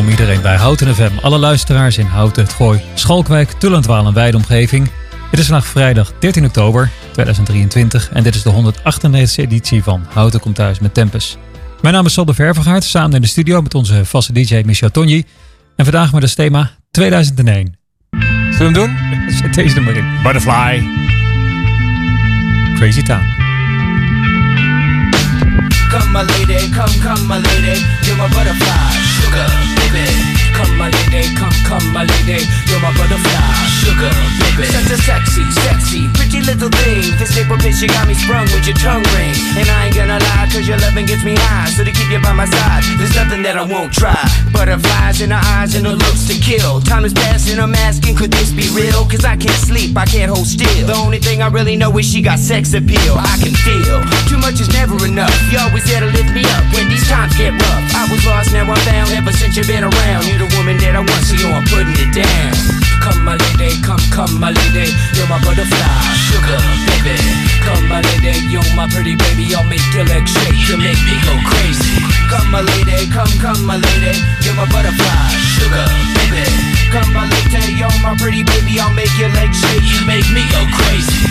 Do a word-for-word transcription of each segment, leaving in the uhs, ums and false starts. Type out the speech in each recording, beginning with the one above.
welkom iedereen bij Houten F M. Alle luisteraars in Houten, het Gooi, Schalkwijk, Tullentwaal en wijde omgeving. Het is vandaag vrijdag dertien oktober tweeduizend drieëntwintig en dit is de honderdachtennegentigste editie van Houten komt thuis met Tempus. Mijn naam is Sander Ververgaard, samen in de studio met onze vaste D J Michel Tonji. En vandaag met het thema tweeduizend één. Zullen we hem doen? Zet deze er maar in. Butterfly. Crazy Town. Come my lady, come, come my lady, you're my butterfly, sugar, baby. Come my lady, come, come my lady, you're my butterfly, sugar, baby. Such a sexy, sexy, pretty little thing. This April bitch, you got me sprung with your tongue ring. And I ain't gonna lie, cause your loving gets me high. So to keep you by my side, there's nothing that I won't try. Butterflies in her eyes and her looks to kill. Time is passing, I'm asking, could this be real? Cause I can't sleep, I can't hold still. The only thing I really know is she got sex appeal. I can feel, too much is never enough. You always there to lift me up when these times get rough. I was lost, now I'm found, ever since you've been around. You're the woman that I want, so yo, I'm putting it down. Come my lady, come, come my lady, you're my butterfly, sugar, baby. Come my lady, you're my pretty baby, I'll make your legs shake, you make me go crazy. Come my lady, come, come my lady, you're my butterfly, sugar, baby. Come my lady, you're my pretty baby, I'll make your legs shake, you make me go crazy.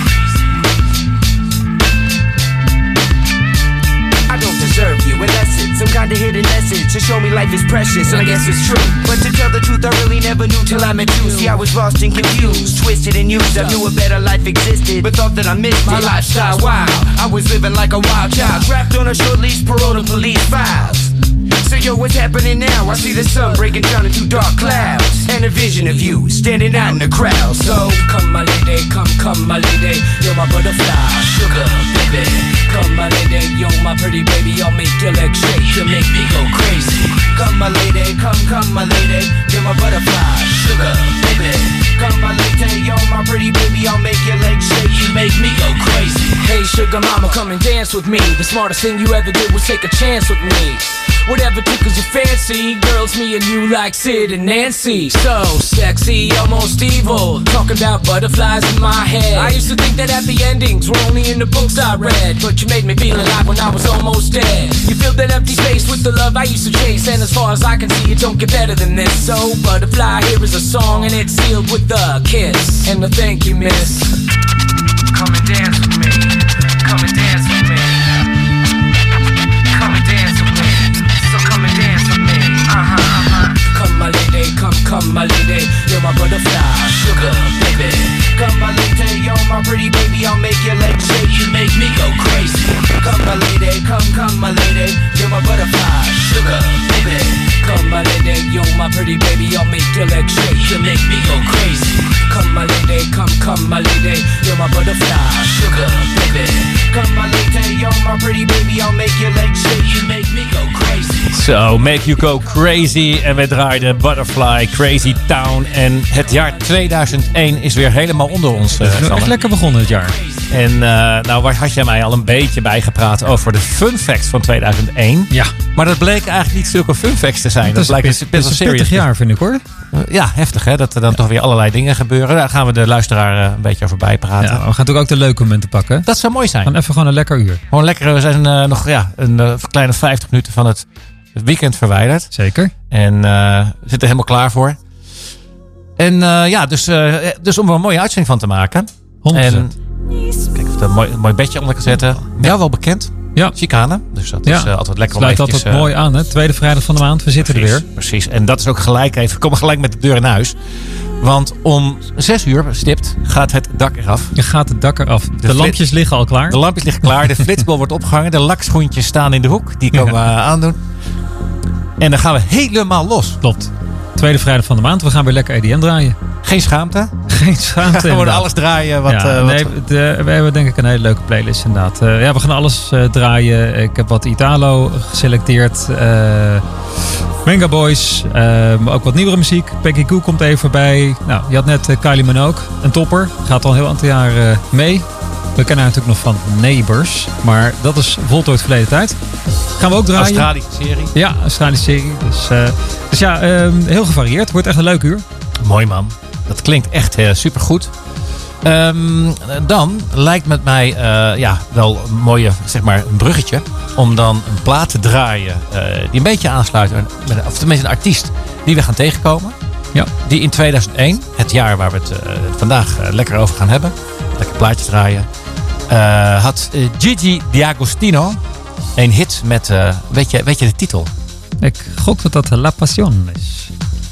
I don't deserve you, unless it's some kind of hidden message to show me life is precious, and I guess it's true. But to tell the truth, I really never knew till I met you. See, I was lost and confused, twisted and used. I knew a better life existed, but thought that I missed my lifestyle. Wow, I was living like a wild child, trapped on a short leash, parole to police files. So yo, what's happening now? I see the sun breaking down into dark clouds, and a vision of you standing out in the crowd. So come my lady, come, come my lady, you're my butterfly, sugar, baby. Come my lady, you're my pretty baby, I'll make your legs shake, you make me go crazy. Come my lady, come, come my lady, you're my butterfly, sugar, baby. Come my lady, you're my pretty baby, I'll make your legs shake, you make me go crazy. Hey sugar mama, come and dance with me. The smartest thing you ever did was take a chance with me. Whatever tickles your fancy, girls, me and you like Sid and Nancy. So sexy, almost evil, talking about butterflies in my head. I used to think that happy endings were only in the books I read, but you made me feel alive when I was almost dead. You filled that empty space with the love I used to chase, and as far as I can see, it don't get better than this. So Butterfly, here is a song, and it's sealed with a kiss and a thank you, miss. Come and dance with me, come and dance with me, come and dance with me. Come and dance with me, uh-huh, uh-huh. Come my lady, come, come my lady, you're my butterfly, sugar, baby. Come my lady, you're my pretty baby, I'll make your legs shake, you make me go crazy. Come my lady, come, come my lady, you're my butterfly, sugar, baby. Come my lady, you're my pretty baby, I'll make your legs shake, you make me go crazy. Come my lady, come, come my lady, you're my butterfly, sugar, baby. Come my lady, you're my pretty baby, I'll make your legs shake, you make me go crazy. So, Make You Go Crazy. En we draaiden Butterfly, Crazy Town. En het jaar tweeduizend één is weer helemaal onder ons. Uh, Het is echt lekker begonnen het jaar. En uh, nou waar had jij mij al een beetje bijgepraat over de fun facts van tweeduizend één. Ja. Maar dat bleek eigenlijk niet zulke fun facts te zijn. Dat, dat blijkt best, best, best wel pittig jaar, vind ik hoor. Uh, ja, heftig hè. Dat er dan ja. toch weer allerlei dingen gebeuren. Daar gaan we de luisteraar uh, een beetje over bijpraten. Ja, we gaan natuurlijk ook de leuke momenten pakken. Dat zou mooi zijn. Gewoon even gewoon een lekker uur. Gewoon lekker. We zijn uh, nog ja, een uh, kleine vijftig minuten van het Het weekend verwijderd. Zeker. En uh, we zitten er helemaal klaar voor. En uh, ja, dus, uh, dus om er een mooie uitzending van te maken. honderd procent. En kijk of we een mooi, een mooi bedje onder kan zetten. Ja. Jou wel bekend. Ja. Chicane. Dus dat ja. is uh, altijd lekker om Sluit eventjes, altijd uh, mooi aan, hè? Tweede vrijdag van de maand. We zitten precies, er weer. Precies. En dat is ook gelijk even. We komen gelijk met de deur in huis. Want om zes uur stipt gaat het dak eraf. Je gaat het dak eraf. De, de flit, lampjes liggen al klaar. De lampjes liggen klaar. De flitsbol wordt opgehangen. De lakschoentjes staan in de hoek. Die komen we ja. aandoen. En dan gaan we helemaal los. Klopt. Tweede vrijdag van de maand. We gaan weer lekker E D M draaien. Geen schaamte? Geen schaamte. We worden alles draaien. Wat, ja, uh, nee, wat... de, we hebben denk ik een hele leuke playlist inderdaad. Uh, ja, we gaan alles uh, draaien. Ik heb wat Italo geselecteerd. Uh, Venga Boys. Uh, maar ook wat nieuwere muziek. Peggy Gou komt even voorbij. Nou, je had net uh, Kylie Minogue. Een topper. Gaat al een heel aantal jaar uh, mee. We kennen haar natuurlijk nog van Neighbours. Maar dat is voltooid verleden tijd. Gaan we ook draaien. Australische serie. Ja, Australische serie. Dus, uh, dus ja, uh, heel gevarieerd. Wordt echt een leuk uur. Mooi man. Dat klinkt echt uh, supergoed. Um, dan lijkt met mij uh, ja, wel een mooie, zeg maar, een bruggetje. Om dan een plaat te draaien uh, die een beetje aansluit. Met, of tenminste een artiest die we gaan tegenkomen. Ja. Die in tweeduizend één, het jaar waar we het uh, vandaag uh, lekker over gaan hebben. Lekker plaatjes draaien. Uh, had uh, Gigi D'Agostino een hit met, uh, weet, je, weet je de titel? Ik gok dat dat La Passion is.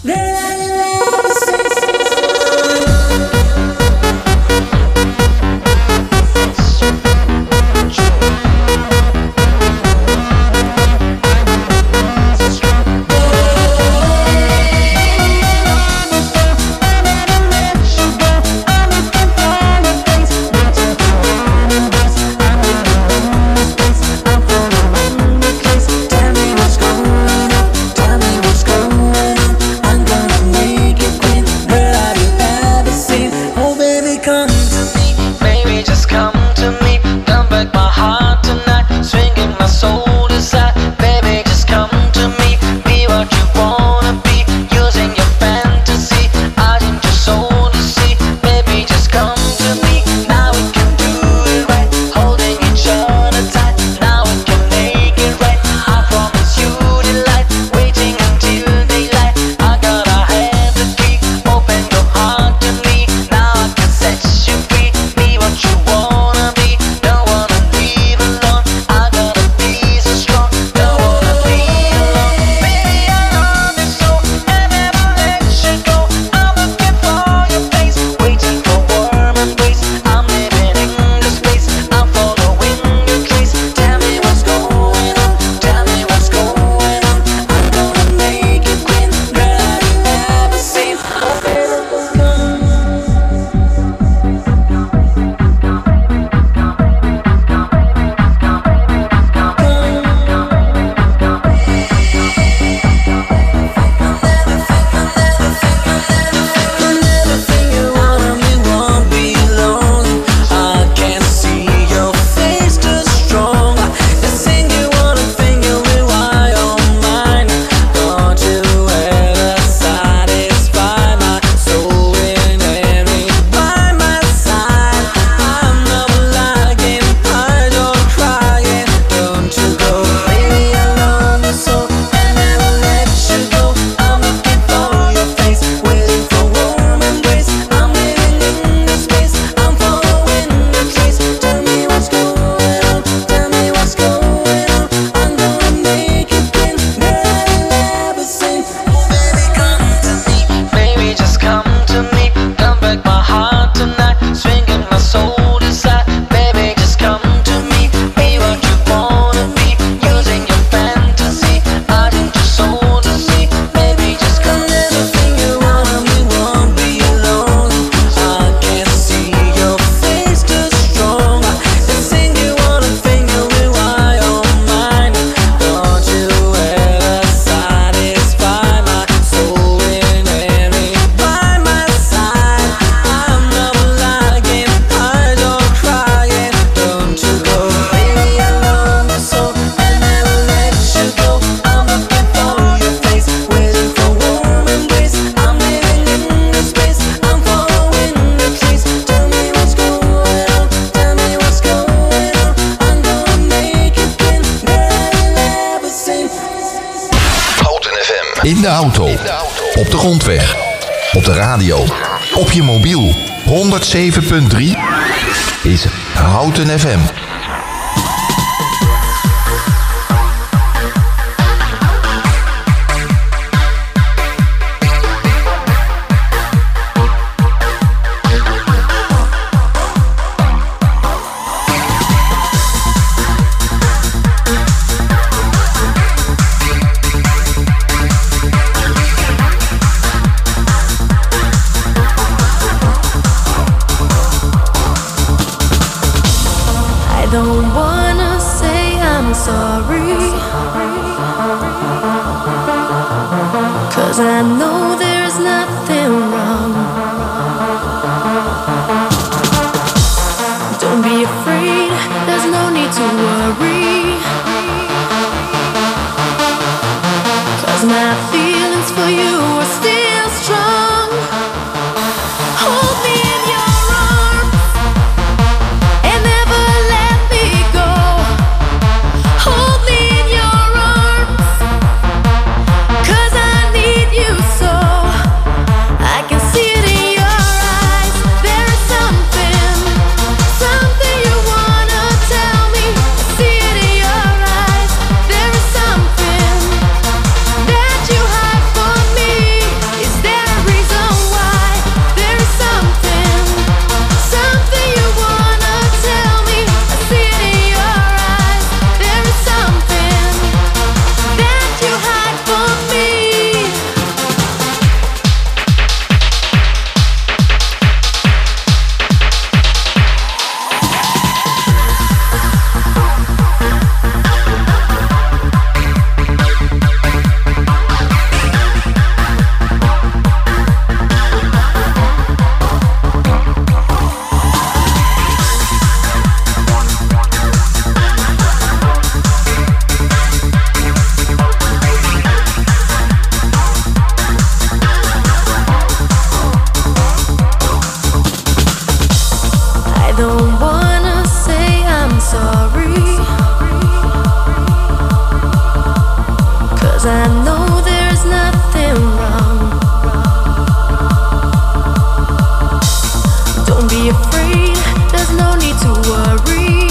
In de auto, op de grondweg, op de radio, op je mobiel. honderdzeven punt drie is Houten F M. Hold me in your arms. be afraid, there's no need to worry.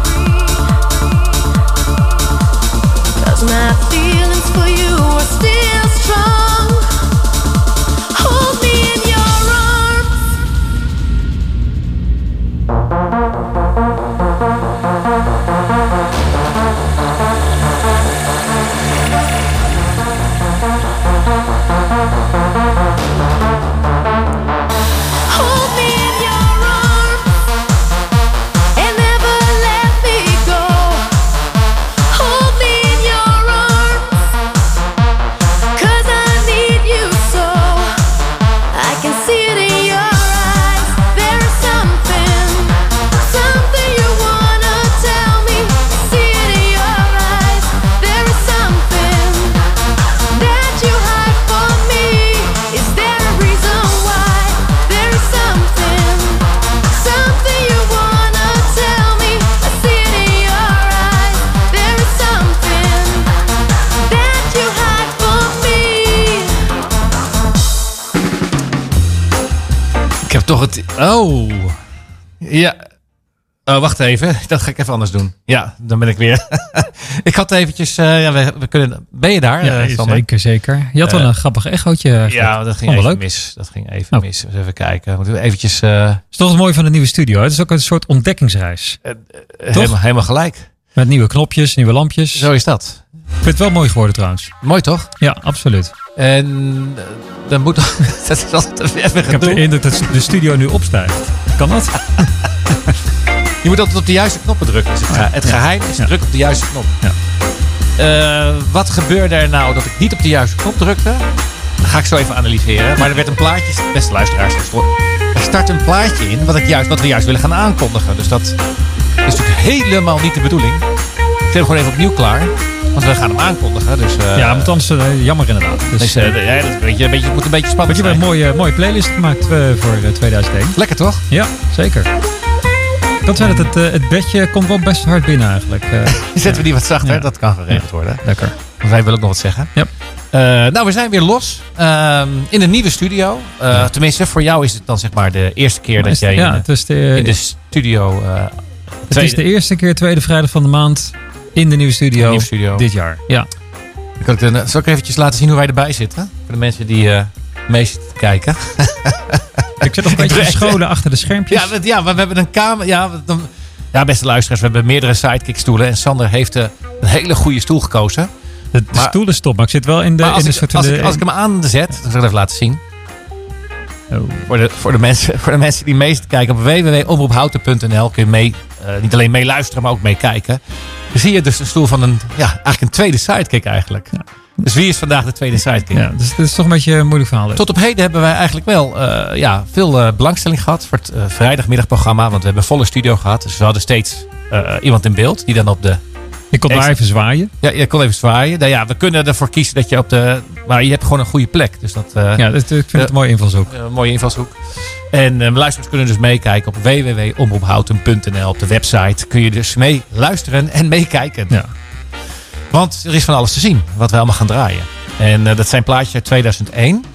'Cause my feelings for you are still strong. Hold me in your arms. Hold me in your arms and never let me go. Hold me in your arms, 'cause I need you so. I can see it in your eyes. There is something, something you wanna tell me. See it in your eyes. There is something that you hide from me. Is there a reason why? There is something, something you wanna tell me. I see it in your eyes. There is something that you hide from me. Ik heb toch het... Oh. Ja. Oh, wacht even. Dat ga ik even anders doen. Ja, dan ben ik weer. Ik had eventjes... eh, ja, we, we kunnen... Ben je daar, Ja, eh, Sander? zeker, zeker. Je had wel Eh, een grappig echootje. Ja, dat ging Vond even wel leuk. mis. Dat ging even Oh. mis. Even kijken. Moeten we eventjes... eh, Dat is toch het mooie van de nieuwe studio. hè? Het is ook een soort ontdekkingsreis. helemaal, helemaal gelijk. Met nieuwe knopjes, nieuwe lampjes. Zo is dat. Ik vind het wel mooi geworden trouwens. Mooi toch? Ja, absoluut. En eh, dan moet... dat is altijd even Ik heb de gedoe. indruk dat de studio nu opstijgt. Kan dat? Je moet altijd op de juiste knoppen drukken. Is het, ge- het geheim is Ja. druk op de juiste knop. Ja. Eh, wat gebeurde er nou dat ik niet op de juiste knop drukte? Dat ga ik zo even analyseren. Maar er werd een plaatje, beste luisteraars, er stond- er start een plaatje in wat, ik juist, wat we juist willen gaan aankondigen. Dus dat is natuurlijk helemaal niet de bedoeling. Ik zet hem gewoon even opnieuw klaar. Want we gaan hem aankondigen. Dus, eh, Ja, maar anders uh, jammer inderdaad. Dus, dus, eh, ja, dat is een beetje, een beetje, het moet een beetje want spannend je hebt zijn. een mooie, mooie playlist gemaakt uh, voor uh, tweeduizend één. Lekker toch? Ja, zeker. Dat zijn het, het, uh, het bedje komt wel best hard binnen eigenlijk. Uh, Zetten we die wat zachter? Ja. Dat kan geregeld worden. lekker. Want wij willen ook nog wat zeggen. Ja. Eh, nou, we zijn weer los uh, in een nieuwe studio. Uh, tenminste, voor jou is het dan zeg maar de eerste keer dat jij ja, in, het is de, in de studio... Uh, het tweede, is de eerste keer, tweede vrijdag van de maand in de nieuwe studio, de nieuwe studio. dit jaar. Ja. Dan kan ik de, zal ik eventjes laten zien hoe wij erbij zitten? Voor de mensen die uh, mee zitten te kijken. Ik zit nog een beetje doe- verscholen achter de schermpjes. Ja, we, ja, we hebben een kamer... Ja, we- dan, ja, beste luisteraars, we hebben meerdere sidekick stoelen. En Sander heeft uh, een hele goede stoel gekozen. de de maar- stoel is top, maar ik zit wel in de, Maar als, in de ik, soort... als, in ik, de- als ik hem aanzet, dat zal ik even laten zien. Oh. Voor de, voor, de mensen, voor de mensen die mee zitten kijken op w w w punt omroephouten punt n l kun je mee, uh, niet alleen meeluisteren, maar ook meekijken. Dan zie je dus de stoel van een, ja, eigenlijk een tweede sidekick eigenlijk. Ja. Dus wie is vandaag de tweede sidekick? Ja, dus het is toch een beetje een moeilijk verhaal. dit. Tot op heden hebben wij eigenlijk wel uh, ja, veel uh, belangstelling gehad voor het uh, vrijdagmiddagprogramma. Want we hebben een volle studio gehad. Dus we hadden steeds uh, iemand in beeld die dan op de... Ik kon daar Extra- even zwaaien. Ja, je kon even zwaaien. Nou ja, we kunnen ervoor kiezen dat je op de... Maar je hebt gewoon een goede plek. Dus dat... Uh, Ja, dat, ik vind het een mooie invalshoek. Uh, mooie invalshoek. En uh, luisteraars kunnen dus meekijken op w w w punt omroephouten punt n l. Op de website kun je dus mee luisteren en meekijken. Ja. Want er is van alles te zien wat we allemaal gaan draaien. En uh, dat zijn plaatjes uit tweeduizend één.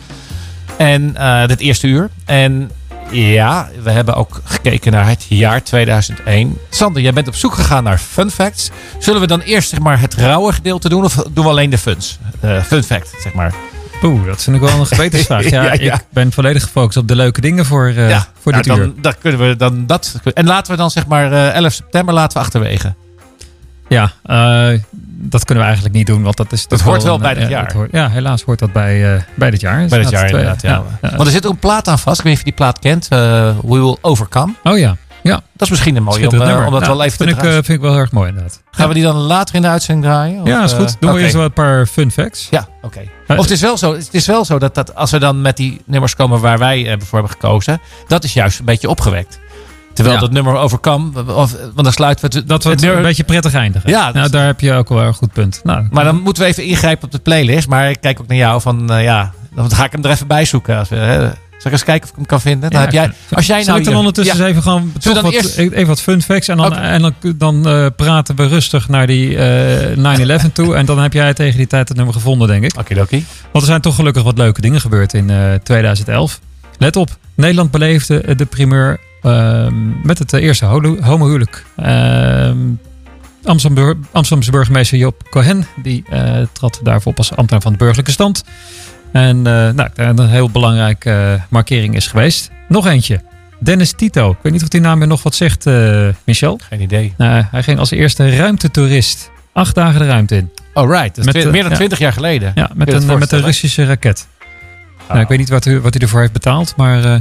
En uh, dit eerste uur. En ja, we hebben ook gekeken naar het jaar tweeduizend één. Sander, jij bent op zoek gegaan naar fun facts. Zullen we dan eerst zeg maar, het rauwe gedeelte doen? Of doen we alleen de funs? Uh, fun fact, zeg maar. Oeh, dat vind ik wel een gewetensvraag. Ja, Ja, ja. Ik ben volledig gefocust op de leuke dingen voor, uh, ja, voor dit nou, uur. dan, dan kunnen we dan dat. En laten we dan zeg maar uh, elf september laten we achterwege. Ja, uh, dat kunnen we eigenlijk niet doen. Want dat is Dat toch hoort wel een, bij dit ja, jaar. dat hoort- ja, helaas hoort dat bij, uh, bij dit jaar. Bij dit Dus jaar dat, uh, inderdaad, ja. ja. Want er zit ook een plaat aan vast. Ik weet niet of je die plaat kent. Uh, We Will Overcome. Oh ja, ja. Dat is misschien een mooie om, Schitterend uh, nummer. om dat Ja, wel even te vind ik, uh, draaien. vind ik wel heel erg mooi inderdaad. Gaan we die dan later in de uitzending draaien? Of, Ja, is uh, goed. Doen we oké. eerst wel een paar fun facts. Ja, oké. Uh, Of het is wel zo, het is wel zo dat, dat als we dan met die nummers komen waar wij uh, voor hebben gekozen, dat is juist een beetje opgewekt. Terwijl Ja. dat nummer Overcome, of, want dan sluiten we het... Dat we het nummer- een beetje prettig eindigen. Ja, nou, dus- daar heb je ook wel een goed punt. Nou, Maar dan moeten we even ingrijpen op de playlist. Maar ik kijk ook naar jou van, uh, ja, dan ga ik hem er even bij zoeken. Als we, hè. Zal ik eens kijken of ik hem kan vinden? Dan ja, heb jij, als jij zal nou ik dan je- ondertussen ja, eens even gewoon Zullen we toch dan wat, eerst- even wat fun facts en dan, Oké. en dan, dan uh, praten we rustig naar die uh, nine eleven toe. En dan heb jij tegen die tijd het nummer gevonden, denk ik. Okidoki. Want er zijn toch gelukkig wat leuke dingen gebeurd in uh, tweeduizend elf. Let op, Nederland beleefde de primeur Uh, met het uh, eerste holo- homohuwelijk. Uh, Amsterdam bur- Amsterdamse burgemeester Job Cohen. Die uh, trad daarvoor op als ambtenaar van de burgerlijke stand. En uh, nou, een heel belangrijke uh, markering is geweest. Nog eentje. Dennis Tito. Ik weet niet of die naam je nog wat zegt, uh, Michel. Geen idee. Uh, hij ging als eerste ruimtetoerist. Acht dagen de ruimte in. Oh right, dat is Met, twi- uh, meer dan ja. twintig jaar geleden. Ja, met, Kun je een, het met een voorstellen? Russische raket. Oh. Nou, ik weet niet wat hij, wat hij ervoor heeft betaald, maar uh, Ik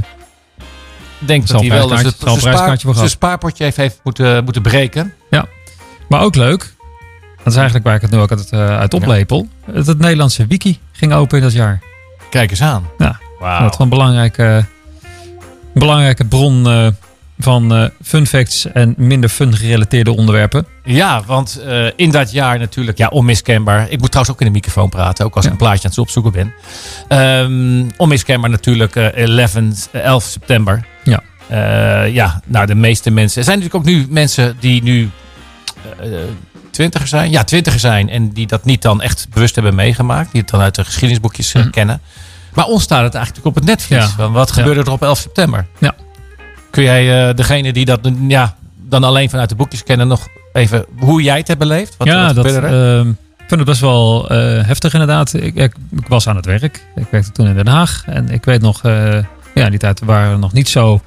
denk Zal dat hij een wel eens prijskaartje- het- zal een zijn prijskaartje spaar- voor zijn gehad. spaarpotje heeft, heeft moeten, moeten breken. Maar ook leuk. Dat is eigenlijk waar ik het nu ook uit, uh, uit oplepel. Het, het Nederlandse wiki ging open in dat jaar. Kijk eens aan. Ja. Wauw. Dat was een belangrijke, belangrijke bron uh, van uh, fun facts en minder fun gerelateerde onderwerpen. Ja, want uh, in dat jaar natuurlijk, ja, onmiskenbaar. Ik moet trouwens ook in de microfoon praten, ook als ik Ja. een plaatje aan het opzoeken ben. Um, onmiskenbaar natuurlijk uh, elf, elf september. Ja. Uh, ja, nou de meeste mensen. Er zijn natuurlijk ook nu mensen die nu uh, twintiger zijn. Ja, twintiger zijn en die dat niet dan echt bewust hebben meegemaakt. Die het dan uit de geschiedenisboekjes uh, Mhm. kennen. Maar ons staat het eigenlijk op het netvlies. Ja. Van wat Ja. gebeurde er op elf september? Ja. Kun jij uh, degene die dat ja, dan alleen vanuit de boekjes kennen nog even hoe jij het hebt beleefd? Wat, ja, wat dat, gebeurde er? uh, ik vind het best wel uh, heftig inderdaad. Ik, ik, ik was aan het werk. Ik werkte toen in Den Haag. En ik weet nog, uh, ja, in die tijd waren we nog niet zo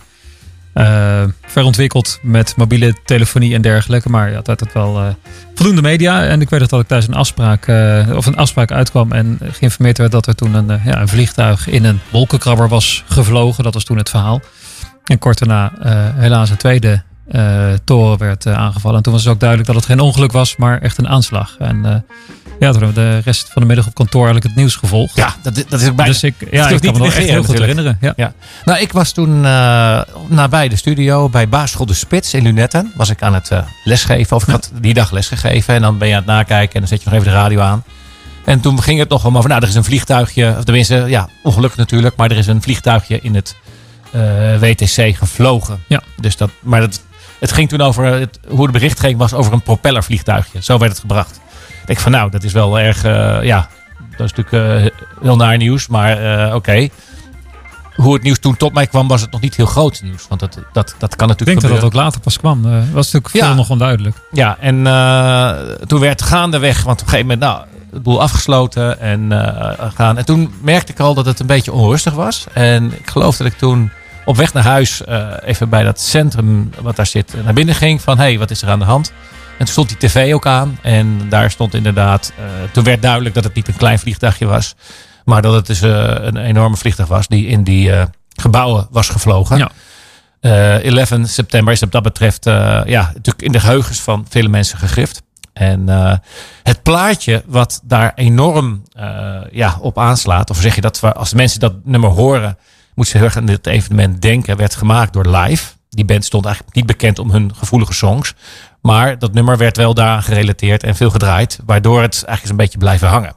uh, verontwikkeld met mobiele telefonie en dergelijke. Maar je had altijd wel uh, voldoende media. En ik weet nog dat ik thuis een afspraak, uh, of een afspraak uitkwam en geïnformeerd werd dat er toen een, uh, ja, een vliegtuig in een wolkenkrabber was gevlogen. Dat was toen het verhaal. En kort daarna uh, helaas een tweede uh, toren werd uh, aangevallen. En toen was het ook duidelijk dat het geen ongeluk was, maar echt een aanslag. En uh, ja, toen hebben we de rest van de middag op kantoor eigenlijk het nieuws gevolgd. Ja, dat, dat is ook bijna... Dus ik, is ja, ook ik kan niet me nog echt negeren heel goed natuurlijk. herinneren. Ja. Ja. Nou, ik was toen uh, nabij de studio bij basisschool De Spits in Lunetten. Was ik aan het uh, lesgeven. Of ik had die dag lesgegeven. En dan ben je aan het nakijken. En dan zet je nog even de radio aan. En toen ging het nog om over. Nou, er is een vliegtuigje. Of tenminste, ja, ongelukkig natuurlijk. Maar er is een vliegtuigje in het uh, W T C gevlogen. Ja. Dus dat, maar dat, het ging toen over. Het, hoe de berichtgeving was over een propellervliegtuigje. Zo werd het gebracht. Ik denk van nou, dat is wel erg. Uh, ja, dat is natuurlijk uh, heel naar nieuws. Maar uh, oké. Okay. Hoe het nieuws toen tot mij kwam, was het nog niet heel groot nieuws. Want dat, dat, dat kan Ik natuurlijk denk dat dat gebeuren. ook later pas kwam. Uh, was natuurlijk veel Ja. nog onduidelijk. Ja, en uh, toen werd gaandeweg, want op een gegeven moment, nou, het boel afgesloten en uh, gaan. En toen merkte ik al dat het een beetje onrustig was. En ik geloof dat ik toen op weg naar huis uh, even bij dat centrum wat daar zit naar binnen ging. Van, hé, hey, wat is er aan de hand? En toen stond die tv ook aan. En daar stond inderdaad, uh, toen werd duidelijk dat het niet een klein vliegtuigje was. Maar dat het dus uh, een enorme vliegtuig was die in die uh, gebouwen was gevlogen. Ja. Uh, elf september is wat dat betreft uh, ja, natuurlijk in de geheugens van vele mensen gegrift. En uh, het plaatje wat daar enorm uh, ja, op aanslaat. Of zeg je dat als de mensen dat nummer horen, moeten ze heel erg aan dit evenement denken. Werd gemaakt door Live. Die band stond eigenlijk niet bekend om hun gevoelige songs. Maar dat nummer werd wel daaraan gerelateerd en veel gedraaid. Waardoor het eigenlijk is een beetje blijven hangen.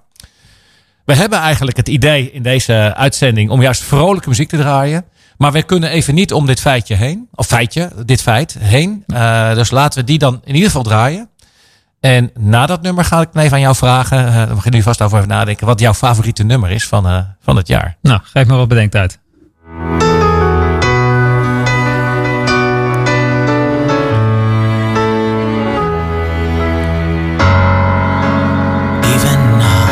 We hebben eigenlijk het idee in deze uitzending om juist vrolijke muziek te draaien. Maar we kunnen even niet om dit feitje heen. Of feitje, dit feit heen. Uh, dus laten we die dan in ieder geval draaien. En na dat nummer ga ik even aan jou vragen. Uh, dan mag je nu vast over even nadenken. Wat jouw favoriete nummer is van, uh, van het jaar. Nou, geef me wat bedenktijd. Even now,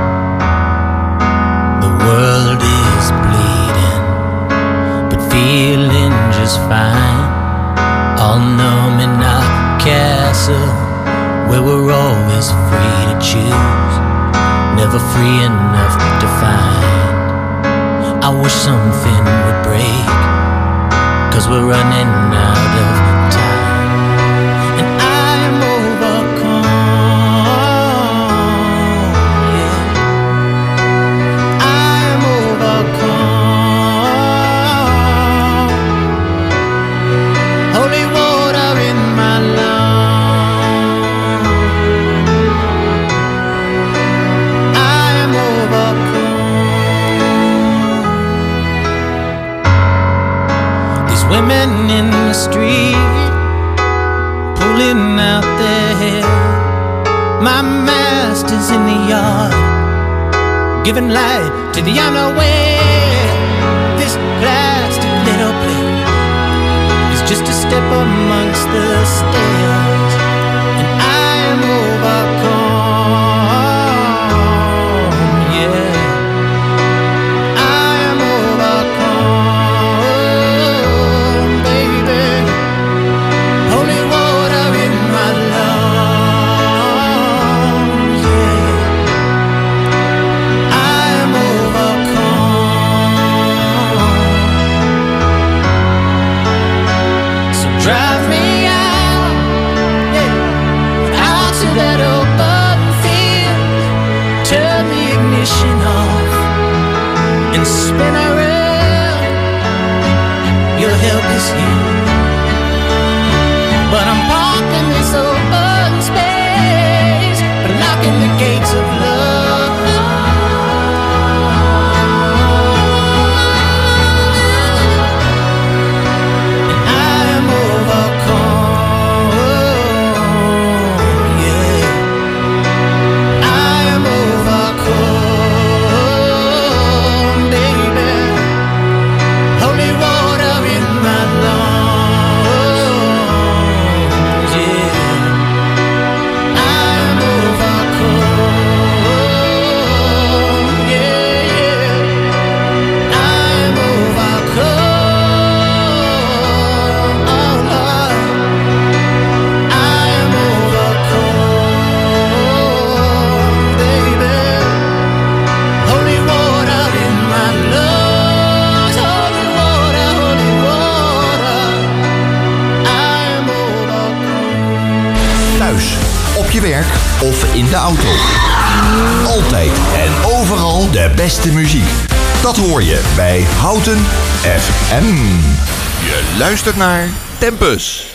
the world is bleeding, but feeling just fine. All numb in our castle, where we're always free to choose, never free enough to find. I wish something would break, 'cause we're running out of time, and I'm overcome. Holy water in my lungs, I am overcome. These women in the street pulling out their hair, my master's in the yard giving light to the unaware. This plastic little plane is amongst the stairs, and I am overcome. Yeah, I am overcome, baby. Holy water in my lungs. Yeah, I am overcome. So drive me out, yeah, out to that open field. Turn the ignition off and spin around. Your help is here, but I'm parked in this open space, blocking the gates of love. And I am overcome, yeah. I am overcome, baby. Holy water in my lungs, yeah. I am overcome, yeah, yeah. I am overcome, oh Lord. I am overcome, baby. Holy water in my lungs, holy water, holy water. I am overcome. Thuis, op je werk of in de auto. Altijd en overal de beste muziek. Dat hoor je bij Houten F M. Je luistert naar Tempus.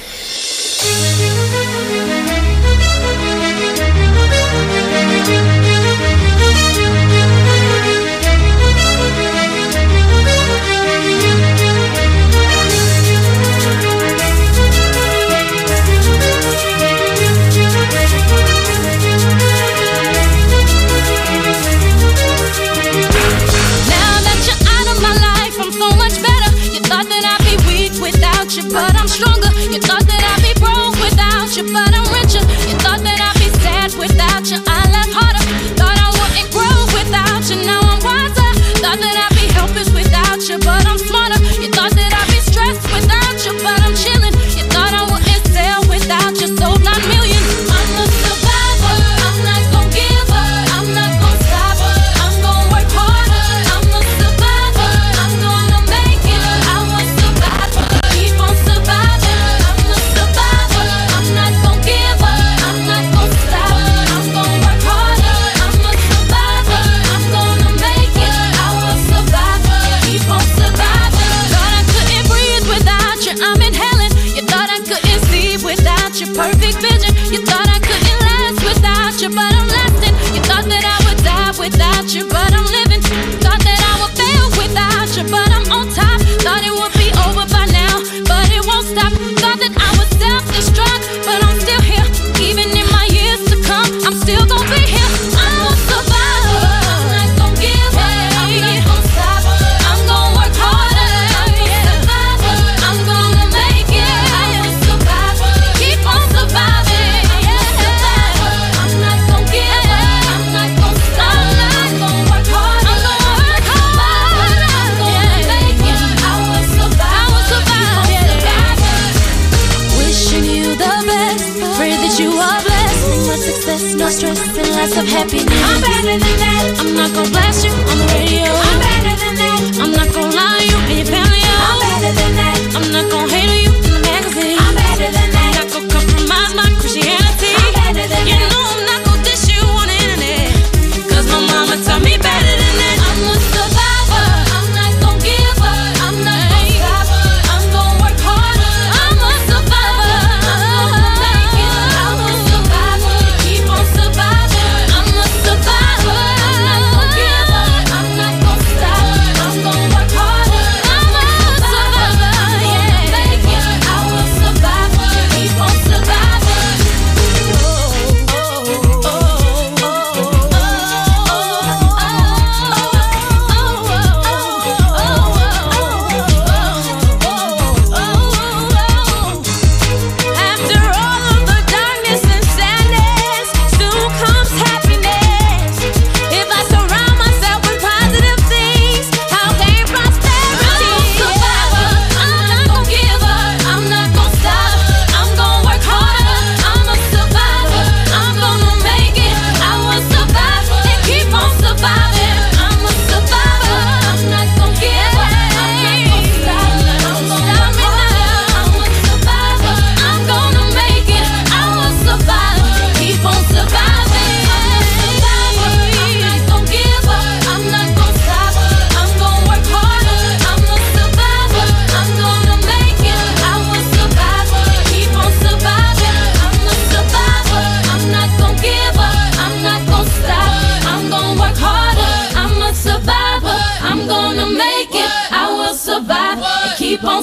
Now that you're out of my life, I'm so much better. You thought that I'd be weak without you, but I'm stronger. You thought that I'd be broke without you, but I'm richer. You thought that I'd be sad without you, I laugh harder. Thought I wouldn't grow without you, now I'm wiser. Thought that I'd be helpless without you, but I'm smarter. You thought that I'd be stressed without you, but I'm chilling. You thought I wouldn't sell without you, sold nine million. I'm a survivor, I'm not gon' give up, I'm not gon' stop, I'm gon' work harder. I'm a survivor, I'm gonna make it. I was survivor, keep on surviving. I'm a survivor, I'm not gon' give up, I'm not gon' stop, I'm gon' work harder. I'm a survivor, I'm gonna make it. I was survivor, keep on surviving. Thought I couldn't breathe without you, I'm inhaling. You thought I couldn't see without your perfect vision. You thought I couldn't last without you, but I'm lasting. You thought that I would die without you, but I'm living. Thought that I would fail without you, but I'm on top. Thought it would be over by now, but it won't stop. Thought that I would self-destruct, but I'm still here. Even in my years to come, I'm still gonna be here. I'm a survivor, I'm not gon' give up, I'm not gon' stop, I'm gon' work harder. I'm a survivor, I'm gonna make it. I am a survivor, keep on surviving. I'm a survivor, I'm not gon' give up, I'm not gon' stop, I'm gon' work harder. I'm gonna work harder, I'm gonna make it. I will survive, I will survive, keep on surviving. Wishing you the best, pray that you are blessed. Much success, no stress, and lots of happiness. I'm better than that. I'm not gonna blast you on the radio. I'm better than that. I'm not gonna lie to you and your family. I'm better than that. I'm not gonna hate on you in the magazine. I'm better than that. I'm not gonna compromise my Christianity. I'm better than you that. You know I'm not gonna dish you on the internet, 'cause my mama taught me better than that. I'm a survivor, I'm not gonna give up, I'm not gonna stop, I'm gonna work harder. I'm a survivor, I'm gonna make it. I'm a survivor, keep on surviving. I'm a survivor, I'm not gonna give up, I'm not gonna stop, I'm gonna work harder. I'm a survivor, yeah.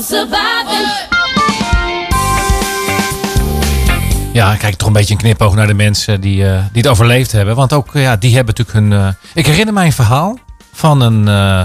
surviving. Ja, ik kijk toch een beetje een knipoog naar de mensen die, uh, die het overleefd hebben. Want ook, uh, ja, die hebben natuurlijk hun... Uh... Ik herinner mij een verhaal van een, uh,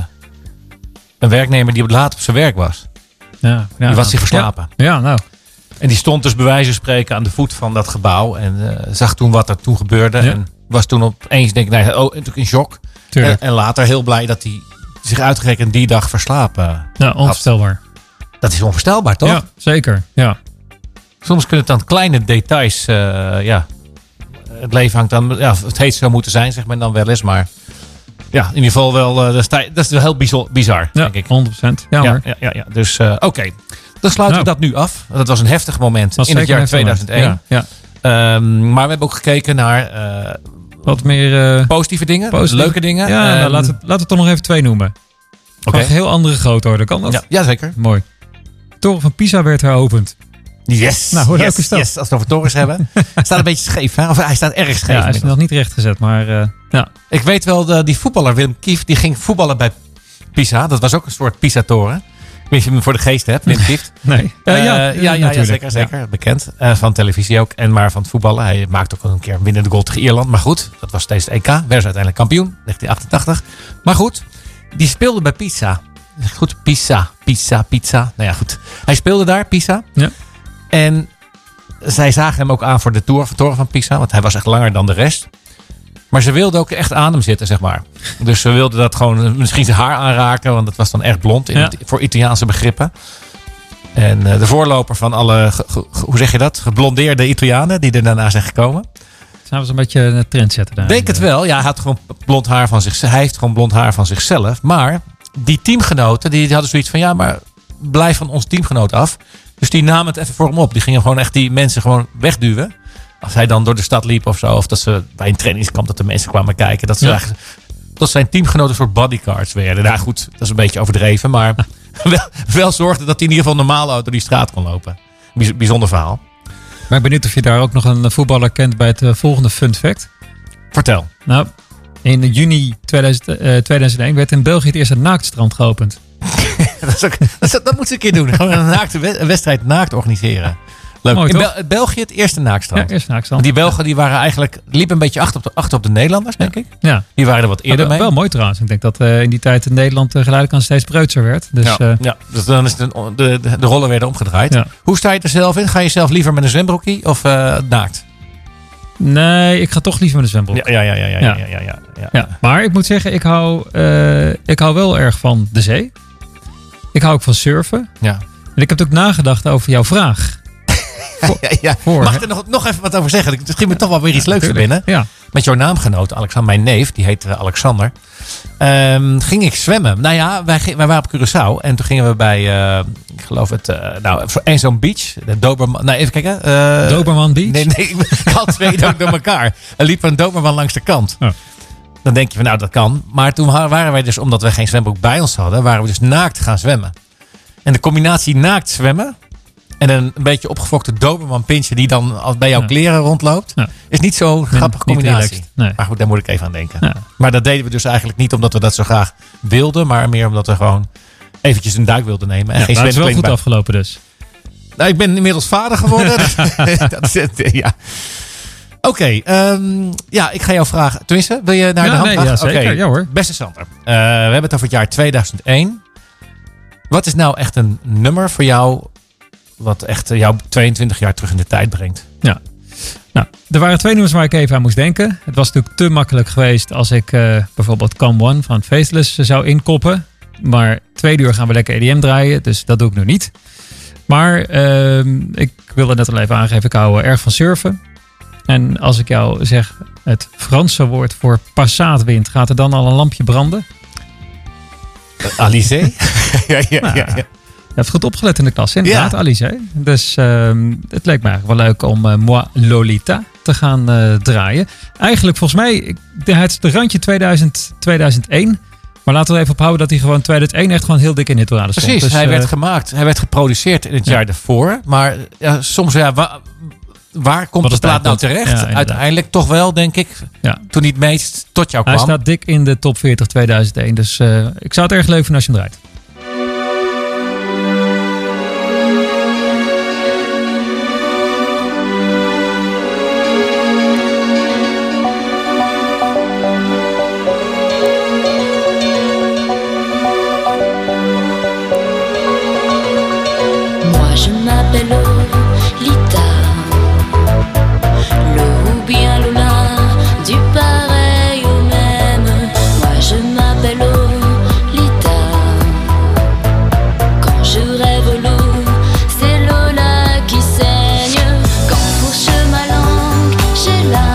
een werknemer die laat op zijn werk was. Ja, ja, die was zich verslapen. Ja, ja, nou. En die stond dus bij wijze van spreken aan de voet van dat gebouw. En uh, zag toen wat er toen gebeurde. Ja. En was toen opeens, denk ik, nee, oh, natuurlijk in shock. En, en later heel blij dat hij zich uitgerekend die dag verslapen Ja, had. onvoorstelbaar. Dat is onvoorstelbaar, toch? Ja, zeker. Ja. Soms kunnen het dan kleine details, uh, ja. Het leven hangt dan, ja, het heet zo moeten zijn, zeg maar dan wel eens. Maar ja, in ieder geval wel, uh, dat, is, dat is wel heel bizar, bizar Ja, denk ik. honderd procent. Ja, Ja, hoor. ja, ja, ja. Dus uh, oké, okay. Dan sluiten Nou. we dat nu af. Dat was een heftig moment Was in het zeker jaar een tweeduizend één. Ja, ja. Um, maar we hebben ook gekeken naar uh, Wat meer uh, positieve dingen, positief. leuke dingen. Ja, Um, nou, laten, we, laten we toch nog even twee noemen. Oké. Oké. Een heel andere grootorde. Kan dat? Ja, ja, zeker. Mooi. De toren van Pisa werd heropend. Yes. Nou, hoe leuk yes, is dat? yes, als we het over torens hebben. Het staat een beetje scheef, hè? Of hij staat erg scheef. Ja, hij is inmiddels. nog niet rechtgezet, maar uh, ja. Ik weet wel, de, die voetballer Willem Kieft, die ging voetballen bij Pisa. Dat was ook een soort Pisa-toren. Ik weet niet of je hem voor de geest hebt, Willem Kieft. Nee. Ja, Uh, ja, ja, ja, ja, natuurlijk. zeker, zeker. Bekend. Uh, van televisie ook. En maar van het voetballen. Hij maakte ook al een keer een winnende goal tegen Ierland. Maar goed, dat was tijdens het E K. Werden ze uiteindelijk kampioen. negentien achtentachtig. Maar goed, die speelde bij Pisa. Goed, Pisa, Pisa, Pizza. Nou ja, goed. Hij speelde daar, Pisa. Ja. En zij zagen hem ook aan voor de tour, toren van Pisa. Want hij was echt langer dan de rest. Maar ze wilden ook echt aan hem zitten, zeg maar. Dus ze wilden dat gewoon misschien zijn haar aanraken. Want dat was dan echt blond in Ja. het, voor Italiaanse begrippen. En uh, de voorloper van alle, ge, ge, hoe zeg je dat? Geblondeerde Italianen die er daarna zijn gekomen. Zijn we een beetje een trend zetten daar. Denk het wel. Ja, hij had gewoon blond haar van zichzelf. Hij heeft gewoon blond haar van zichzelf. Maar die teamgenoten, die, die hadden zoiets van... Ja, maar blijf van ons teamgenoot af. Dus die namen het even voor hem op. Die gingen gewoon echt die mensen gewoon wegduwen. Als hij dan door de stad liep of zo. Of dat ze bij een trainingskamp dat de mensen kwamen kijken. Dat ze Ja. eigenlijk, dat zijn teamgenoten een soort bodyguards werden. Nou goed, dat is een beetje overdreven. Maar wel, wel zorgde dat hij in ieder geval normaal door die straat kon lopen. Bijz- Bijzonder verhaal. Maar ik ben benieuwd of je daar ook nog een voetballer kent bij het uh, volgende fun fact. Vertel. Nou, in juni tweeduizend, uh, tweeduizend één werd in België het eerste naaktstrand geopend. dat, is ook, dat, is- dat moet ze een keer doen. Gewoon een, naakte, we- een wedstrijd naakt organiseren. Leuk. Mooi, in toch? Bel- België het eerste Ja, naaktstrand. eerste Want naaktstrand. die Belgen die waren eigenlijk, liepen een beetje achter op de, achter op de Nederlanders, denk ik. Ja. Die waren er wat eerder wel, mee. wel mooi trouwens. Ik denk dat uh, in die tijd in Nederland uh, geleidelijk aan steeds preutser werd. Dus ja, uh, ja, dus dan is de, de, de, de rollen werden omgedraaid. Ja. Hoe sta je er zelf in? Ga je zelf liever met een zwembroekie of uh, naakt? nee, ik ga toch liever met een zwembroek. Ja, ja, ja, ja, ja, Ja. ja, ja, ja, ja. Ja, maar ik moet zeggen, ik hou, uh, ik hou wel erg van de zee. Ik hou ook van surfen. Ja. En ik heb ook nagedacht over jouw vraag. Ja, ja. Voor, Mag hè? ik er nog, nog even wat over zeggen? Het schiet me toch wel weer iets leuks te Tuurlijk. binnen. Ja. Met jouw naamgenoot, Alexander, mijn neef, die heet uh, Alexander. Um, ging ik zwemmen. Nou ja, wij, wij waren op Curaçao. En toen gingen we bij, uh, ik geloof het, uh, nou, en zo'n beach. De Doberman, nou even kijken. Uh, Doberman Beach? Nee, nee, ik had twee door door elkaar. Er liep een Doberman langs de kant. Oh. Dan denk je van, nou dat kan. Maar toen waren wij dus, omdat we geen zwembroek bij ons hadden, waren we dus naakt gaan zwemmen. En de combinatie naakt zwemmen en een, een beetje opgefokte Doberman pinsje die dan als bij jouw Ja. kleren rondloopt, Ja. is niet zo'n grappige niet combinatie. relaxed, nee. Maar goed, daar moet ik even aan denken. Ja. Maar dat deden we dus eigenlijk niet omdat we dat zo graag wilden, maar meer omdat we gewoon eventjes een duik wilden nemen. En Ja, geen maar het is wel zwemkleding goed bij. afgelopen dus. Nou, ik ben inmiddels vader geworden. dus dat is het, ja. Oké, ehm, ja, ik ga jou vragen. Tenminste, wil je naar Ja, de hand nee, vragen? ja, zeker. Oké. Ja, hoor. Beste Sander, uh, we hebben het over het jaar tweeduizend één. Wat is nou echt een nummer voor jou wat echt uh, jou tweeëntwintig jaar terug in de tijd brengt? Ja. Nou, er waren twee nummers waar ik even aan moest denken. Het was natuurlijk te makkelijk geweest als ik uh, bijvoorbeeld Come One van Faceless zou inkoppen. Maar twee uur gaan we lekker E D M draaien, dus dat doe ik nu niet. Maar uh, ik wilde net al even aangeven, ik hou erg van surfen. En als ik jou zeg het Franse woord voor passaatwind, gaat er dan al een lampje branden? Uh, Alizé? ja, ja, Nou, ja, ja. Je hebt goed opgelet in de klas, inderdaad, Ja. Alice. Dus uh, het leek me eigenlijk wel leuk om uh, Moi Lolita te gaan uh, draaien. Eigenlijk volgens mij, ik- het is de randje tweeduizend, tweeduizend één. Maar laten we er even ophouden dat hij gewoon tweeduizend één echt gewoon heel dik in hitparade stond. Precies, Dus, hij uh, werd gemaakt, hij werd geproduceerd in het Ja. jaar daarvoor. Maar ja, soms, ja, wa- waar komt Wat de is plaat nou het eigenlijk? terecht? Ja, inderdaad. Uiteindelijk toch wel, denk ik, ja. toen hij het meest tot jou Hij kwam. staat dik in de top veertig tweeduizend één. Dus uh, ik zou het erg leuk vinden als je hem draait. m'appelle Lolita, Lo ou bien Lola, du pareil au même. Moi je m'appelle Lolita. Quand je rêve l'eau, c'est Lola qui saigne. Quand fourche ma langue, j'ai là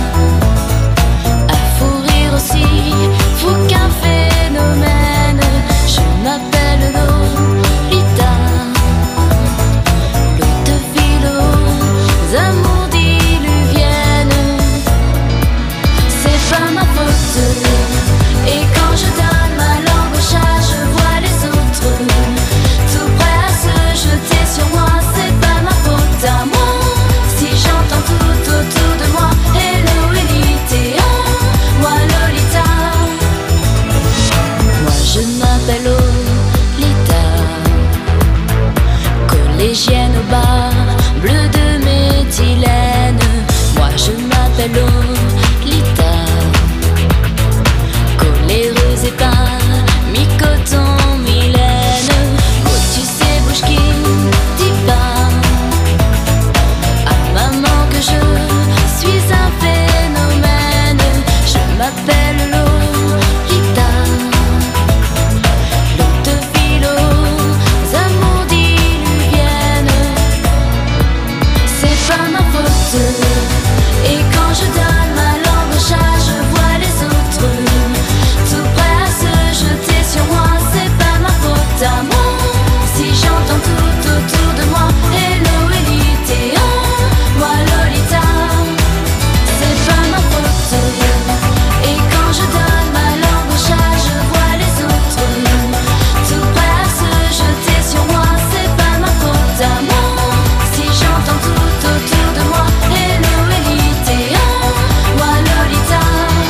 un fou rire aussi, fou qu'un phénomène. Je m'appelle Lolita, l'eau de philo, amours diluviennes. C'est pas ma faute. Et quand je donne ma langue au chat, je vois les autres tout prêts à se jeter sur moi. C'est pas ma faute à moi si j'entends tout autour de moi hello Elite, moi Lolita. Moi je m'appelle Lolita, collégienne au bar, bleu de méthylène. Moi je m'appelle Lolita, coléreuse et pas mi-coton, mi-laine. Oh tu sais bouge qui dit pas à maman que je suis un phénomène. Je m'appelle Lolita, l'eau de philo, amours diluviennes. C'est pas ma faute. Et quand je donne ma langue au chat, je vois les autres tout prêts à se jeter sur moi. C'est pas ma faute à moi si j'entends tout autour de moi hello Elite, moi Lolita. C'est pas ma faute. Et quand je donne ma langue au chat, je vois les autres tout prêts à se jeter sur moi. C'est pas ma faute à moi si j'entends tout autour de moi hello Elite, moi Lolita.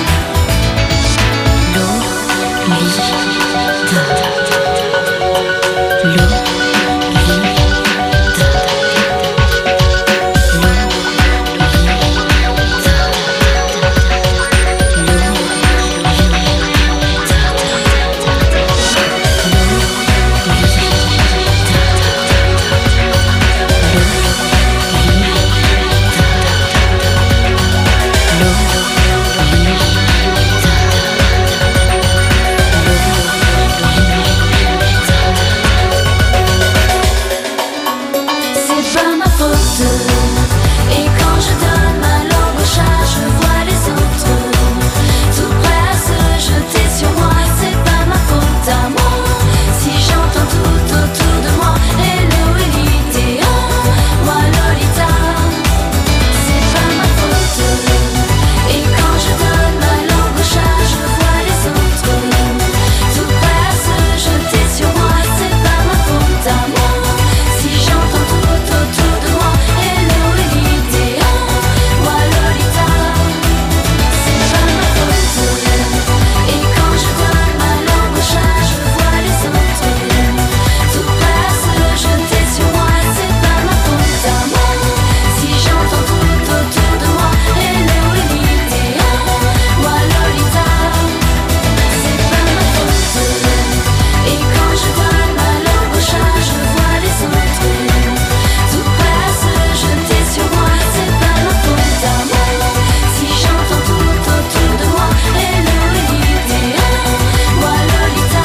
C'est pas ma faute. Et quand je donne ma langue au chat, je vois les autres tout prêts à se jeter sur moi. C'est pas ma faute à moi si j'entends tout autour de moi hello Elite, moi Lolita. C'est pas ma faute. Et quand je donne ma langue au chat, je vois les autres tout prêts à se jeter sur moi. C'est pas ma faute à moi si j'entends tout autour de moi hello Elite, moi Lolita. C'est pas ma faute. Et quand je donne ma langue au chat, je vois les autres tout prêts à se jeter sur moi. C'est pas ma faute à moi si j'entends tout autour de moi hello Elite, moi Lolita. C'est pas ma faute. Et quand je donne ma langue au chat, je vois les autres tout prêts à se jeter sur moi. C'est pas ma faute à moi si j'entends tout autour de moi hello Elite, moi Lolita.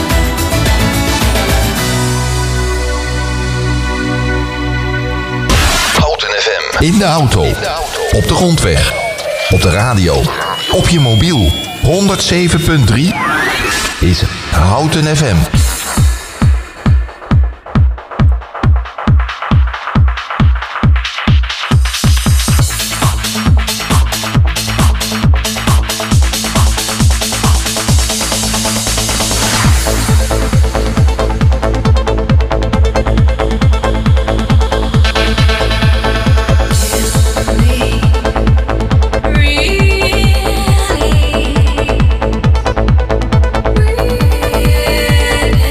Houten F M. In de auto. Op de grondweg. Op de radio. Op je mobiel. honderdzeven punt drie is Houten F M. Really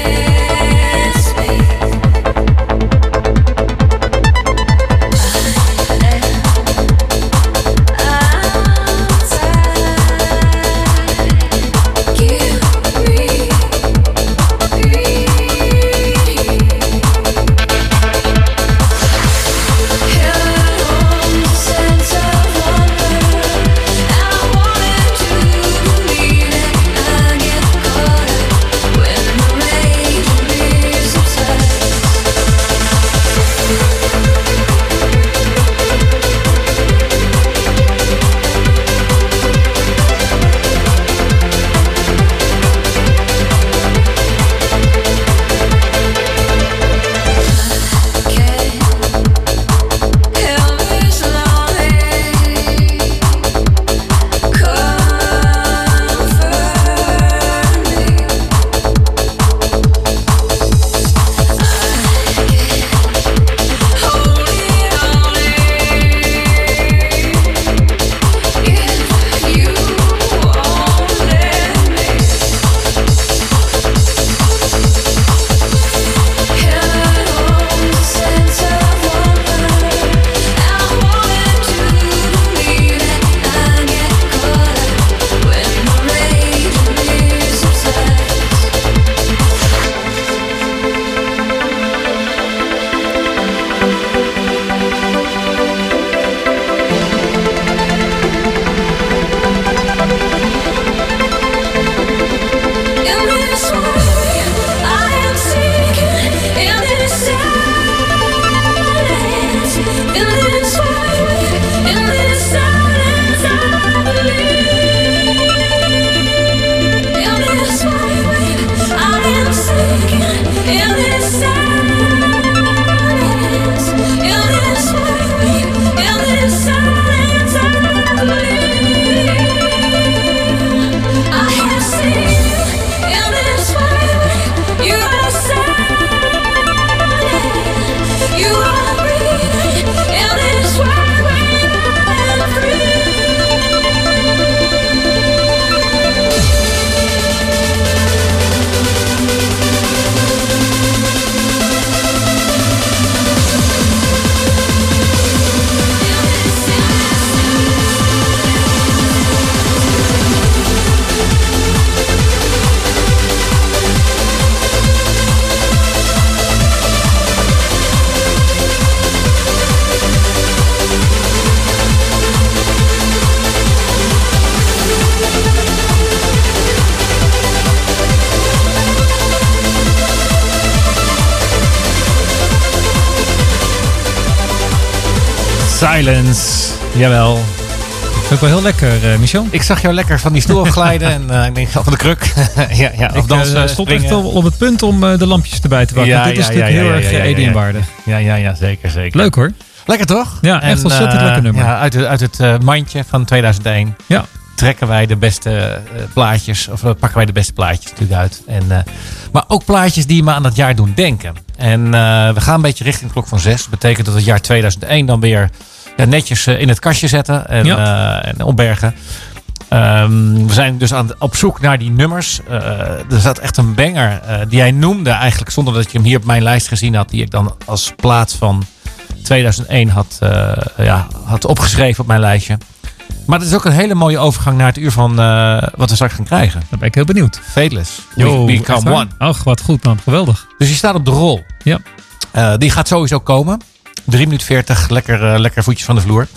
Silence. Jawel. Ook wel heel lekker, uh, Michel. Ik zag jou lekker van die stoel glijden en uh, ik denk van de kruk. ja, ja, of Ik dansen, uh, stond springen. echt op, op het punt om uh, de lampjes erbij te pakken. Ja, Want dit is ja, natuurlijk ja, heel ja, erg ja, ja, E D ja. M-waardig. Ja, ja, ja, zeker, zeker. Leuk hoor. Lekker toch? Ja, echt En, ontzettend uh, lekker nummer. Ja, uit, het- uit het uh, mandje van tweeduizend één Ja. trekken wij de beste uh, plaatjes, of uh, pakken wij de beste plaatjes natuurlijk uit. En, uh, maar ook plaatjes die me aan dat jaar doen denken. En uh, we gaan een beetje richting de klok van zes. Dat betekent dat het jaar tweeduizend één dan weer ja, netjes uh, in het kastje zetten en, Ja. uh, en opbergen. Um, we zijn dus aan, op zoek naar die nummers. Uh, er zat echt een banger uh, die hij noemde eigenlijk zonder dat je hem hier op mijn lijst gezien had. Die ik dan als plaats van tweeduizend één had, uh, ja, had opgeschreven op mijn lijstje. Maar het is ook een hele mooie overgang naar het uur van uh, wat we straks gaan krijgen. Dan ben ik heel benieuwd. Fateless. Yo, We echt Become waar? One. Ach, wat goed man. Geweldig. Dus die staat op de rol. Ja. Uh, die gaat sowieso komen. drie minuten veertig. Lekker, uh, lekker voetjes van de vloer.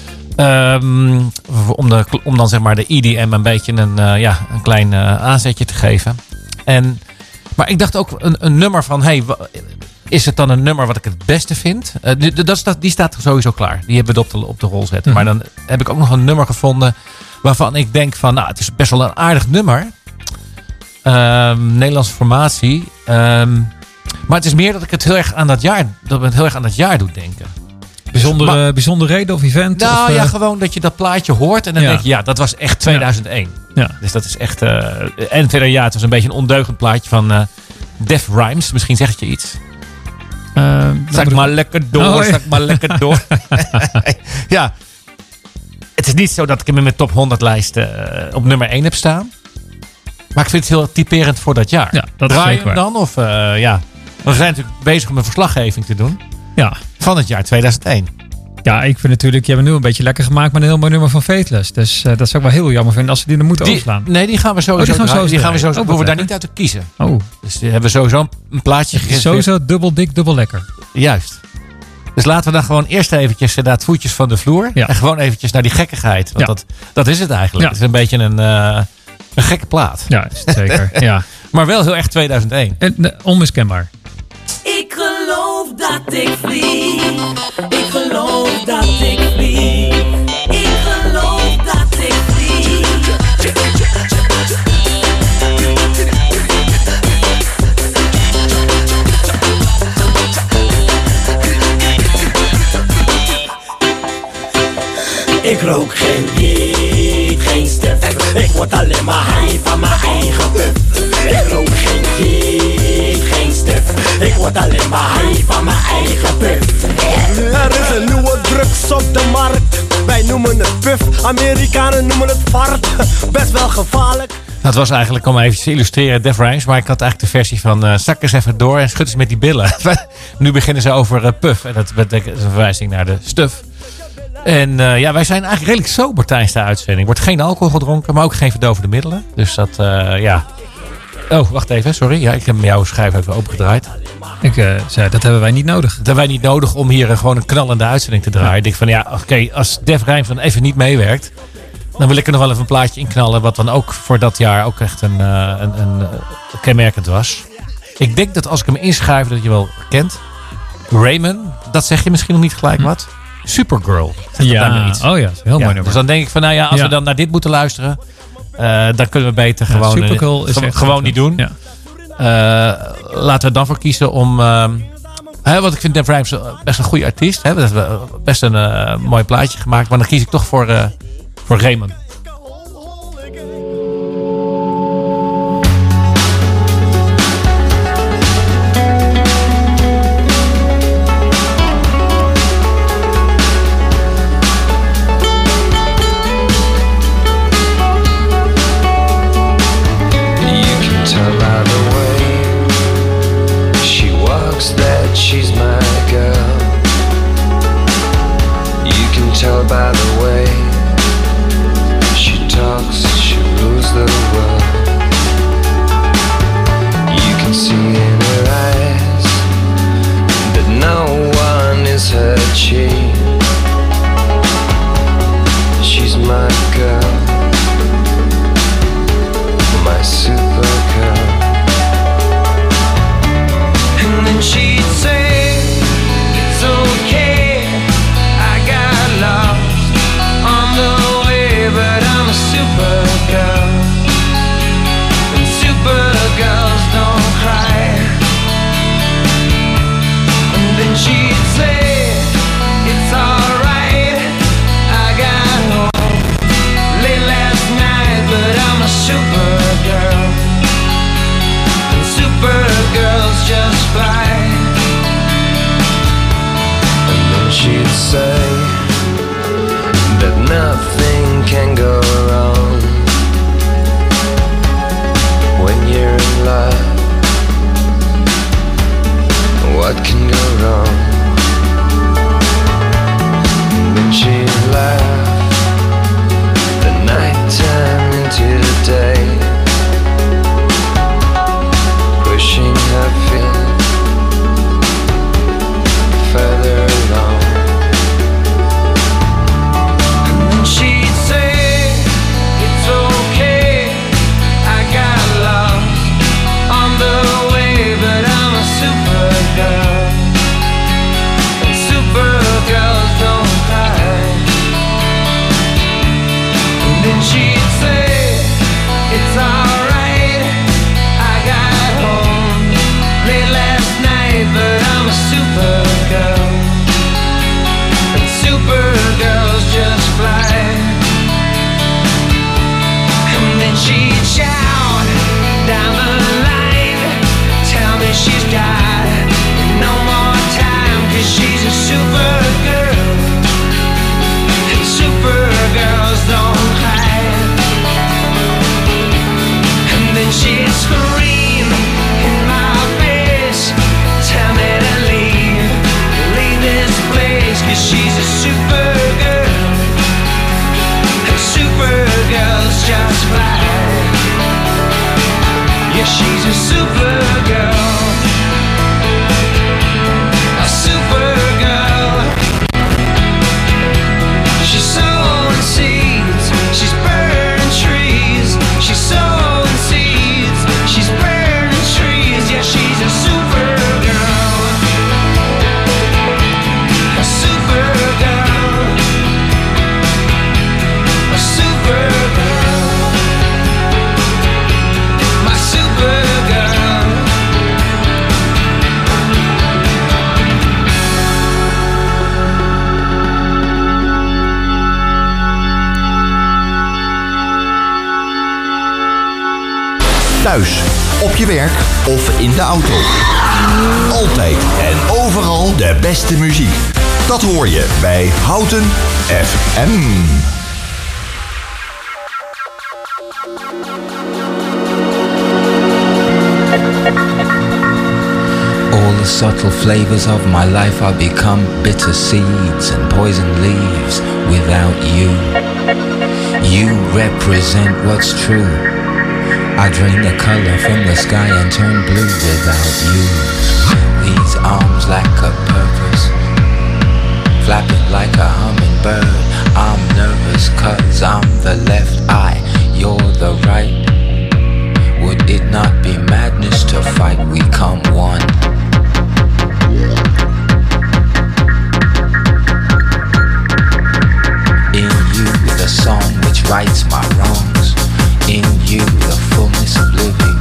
Um, om, de, om dan zeg maar de E D M een beetje een, uh, ja, een klein uh, aanzetje te geven. En, maar ik dacht ook een, een nummer van... Hey, wa- is het dan een nummer wat ik het beste vind? Uh, die, dat, is- dat, die staat sowieso klaar. Die hebben we op de, op de rol zetten. Mhm. Maar dan heb ik ook nog een nummer gevonden... waarvan ik denk van... Nou, het is best wel een aardig nummer. Um, Nederlandse formatie. Um, maar het is meer dat ik het heel erg aan dat jaar... dat me het heel erg aan dat jaar doet denken. Bijzondere, Maar- bijzondere reden of event? Nou of, uh, ja, gewoon dat je dat plaatje hoort. En dan Ja. denk je, ja, dat was echt tweeduizend één. ja. Dus dat is echt... uh, en verder, ja, het was een beetje een ondeugend plaatje van uh, Def Rhymes. Misschien zegt het je iets. Uh, dan Zak moet ik- maar lekker door, Oh, ja. zak maar lekker door. ja. Het is niet zo dat ik hem in mijn top honderd lijst uh, op nummer één heb staan. Maar ik vind het heel typerend voor dat jaar. Ja, dat is Draai je zeker hem dan? Of, uh, ja. We zijn natuurlijk bezig om een verslaggeving te doen. Ja. Van het jaar tweeduizend één. ja, ik vind natuurlijk... Je hebt het nu een beetje lekker gemaakt met een heel mooi nummer van Fateless. Dus uh, dat zou ik wel heel jammer vinden als ze die er moeten Die, overslaan. nee, die gaan we sowieso Oh, die gaan we draaien. sowieso Die gaan we draaien. sowieso, Oh, we hoeven wat daar niet uit te kiezen. Oh, Dus die hebben we sowieso een plaatje gegeven. sowieso dubbel dik, dubbel lekker. Juist. Dus laten we dan gewoon eerst eventjes inderdaad voetjes van de vloer. Ja. En gewoon eventjes naar die gekkigheid. Want Ja. dat, dat is het eigenlijk. Ja. Het is een beetje een, uh, een gekke plaat. Ja, is het zeker. ja. Maar wel heel erg tweeduizend één. En, uh, onmiskenbaar. Ik geloof dat ik vlieg. Ik geloof dat ik vlieg. Ik geloof dat ik vlieg. Ik rook geen wiet, geen stef. Ik word alleen maar high van mijn eigen puff. Ik rook geen wiet, geen stef. Ik word alleen maar high van mijn eigen puff. Er is een nieuwe drugs op de markt. Wij noemen het puff, Amerikanen noemen het fart. Best wel gevaarlijk. Dat was eigenlijk om even te illustreren Def Rhymes. Maar ik had eigenlijk de versie van uh, zak eens even door en schud eens met die billen. Nu beginnen ze over uh, puff. En dat betekent een verwijzing naar de stuff. En uh, ja, wij zijn eigenlijk redelijk sober tijdens de uitzending. Er wordt geen alcohol gedronken, maar ook geen verdovende middelen. Dus dat, uh, ja... Oh, wacht even, sorry. Ja, ik heb jouw schijf even opengedraaid. Ik uh, zei, dat hebben wij niet nodig. Dat hebben wij niet nodig om hier uh, gewoon een knallende uitzending te draaien. Ik denk van, ja, oké, okay, als Def Rhymes dan even niet meewerkt... dan wil ik er nog wel even een plaatje in knallen... wat dan ook voor dat jaar ook echt een, uh, een, een, uh, kenmerkend was. Ik denk dat als ik hem inschrijf, dat je wel kent. Raymond, dat zeg je misschien nog niet gelijk wat. Supergirl. Ja, iets. Oh ja, dat is een heel ja, mooi nummer. Dus dan denk ik van, nou ja, als Ja. we dan naar dit moeten luisteren... Uh, dan kunnen we beter Ja, gewoon, Supergirl uh, is ge- echt gewoon goed, niet doen. Ja. Uh, laten we er dan voor kiezen om... Uh, hè, want ik vind Def Rhymes best een goede artiest. Hè? Dat is best een uh, mooi plaatje gemaakt. Maar dan kies ik toch voor, uh, voor Raymond. She's my girl. You can tell by the way she'd say that nothing can go wrong when you're in love. What can go wrong? And then she'd laugh. The night turned into the day, pushing her feet further along. And then she'd say, it's okay, I got lost on the way, but I'm a supergirl, and supergirls don't cry. And then she'd say, it's alright, I got home late last night, but I'm a supergirl, and supergirls just fly. And then she'd shout down the line, tell me she's got no more time, 'cause she's a supergirl, and supergirls don't cry. And then she'd scream in my face, tell me to leave, leave this place, 'cause she's a supergirl, and supergirls just fly. Yeah, she's a supergirl, a supergirl. She's sowing seeds, she's burning trees. She's sowing seeds, she's burning trees. Yeah, she's a supergirl, a supergirl, a supergirl, my supergirl. Thuis, op je werk of in de auto. Altijd en overal de beste muziek. Dat hoor je bij Houten F M. All the subtle flavors of my life are become bitter seeds and poison leaves without you. You represent what's true. I drain the color from the sky and turn blue without you. These arms lack a purpose, flapping like a hummingbird. I'm nervous 'cause I'm the left eye, you're the right. Would it not be madness to fight? We come one. In you the song which rights my wrongs. In you the fullness of living,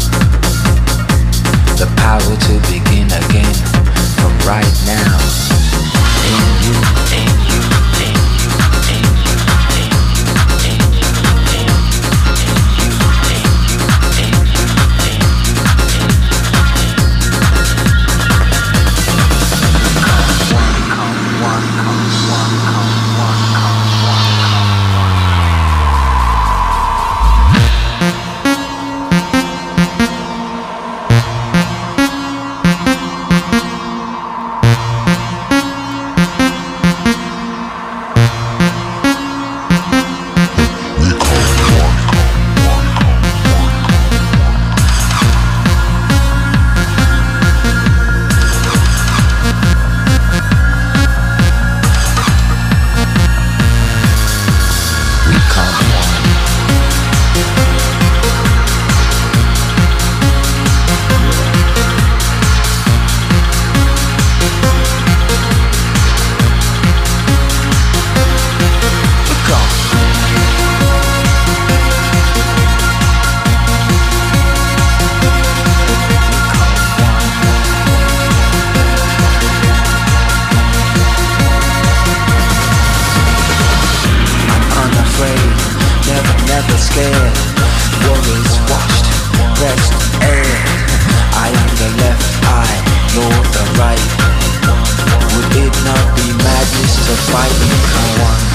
the power to begin again from right now. In you, in you, in you. five in Taiwan.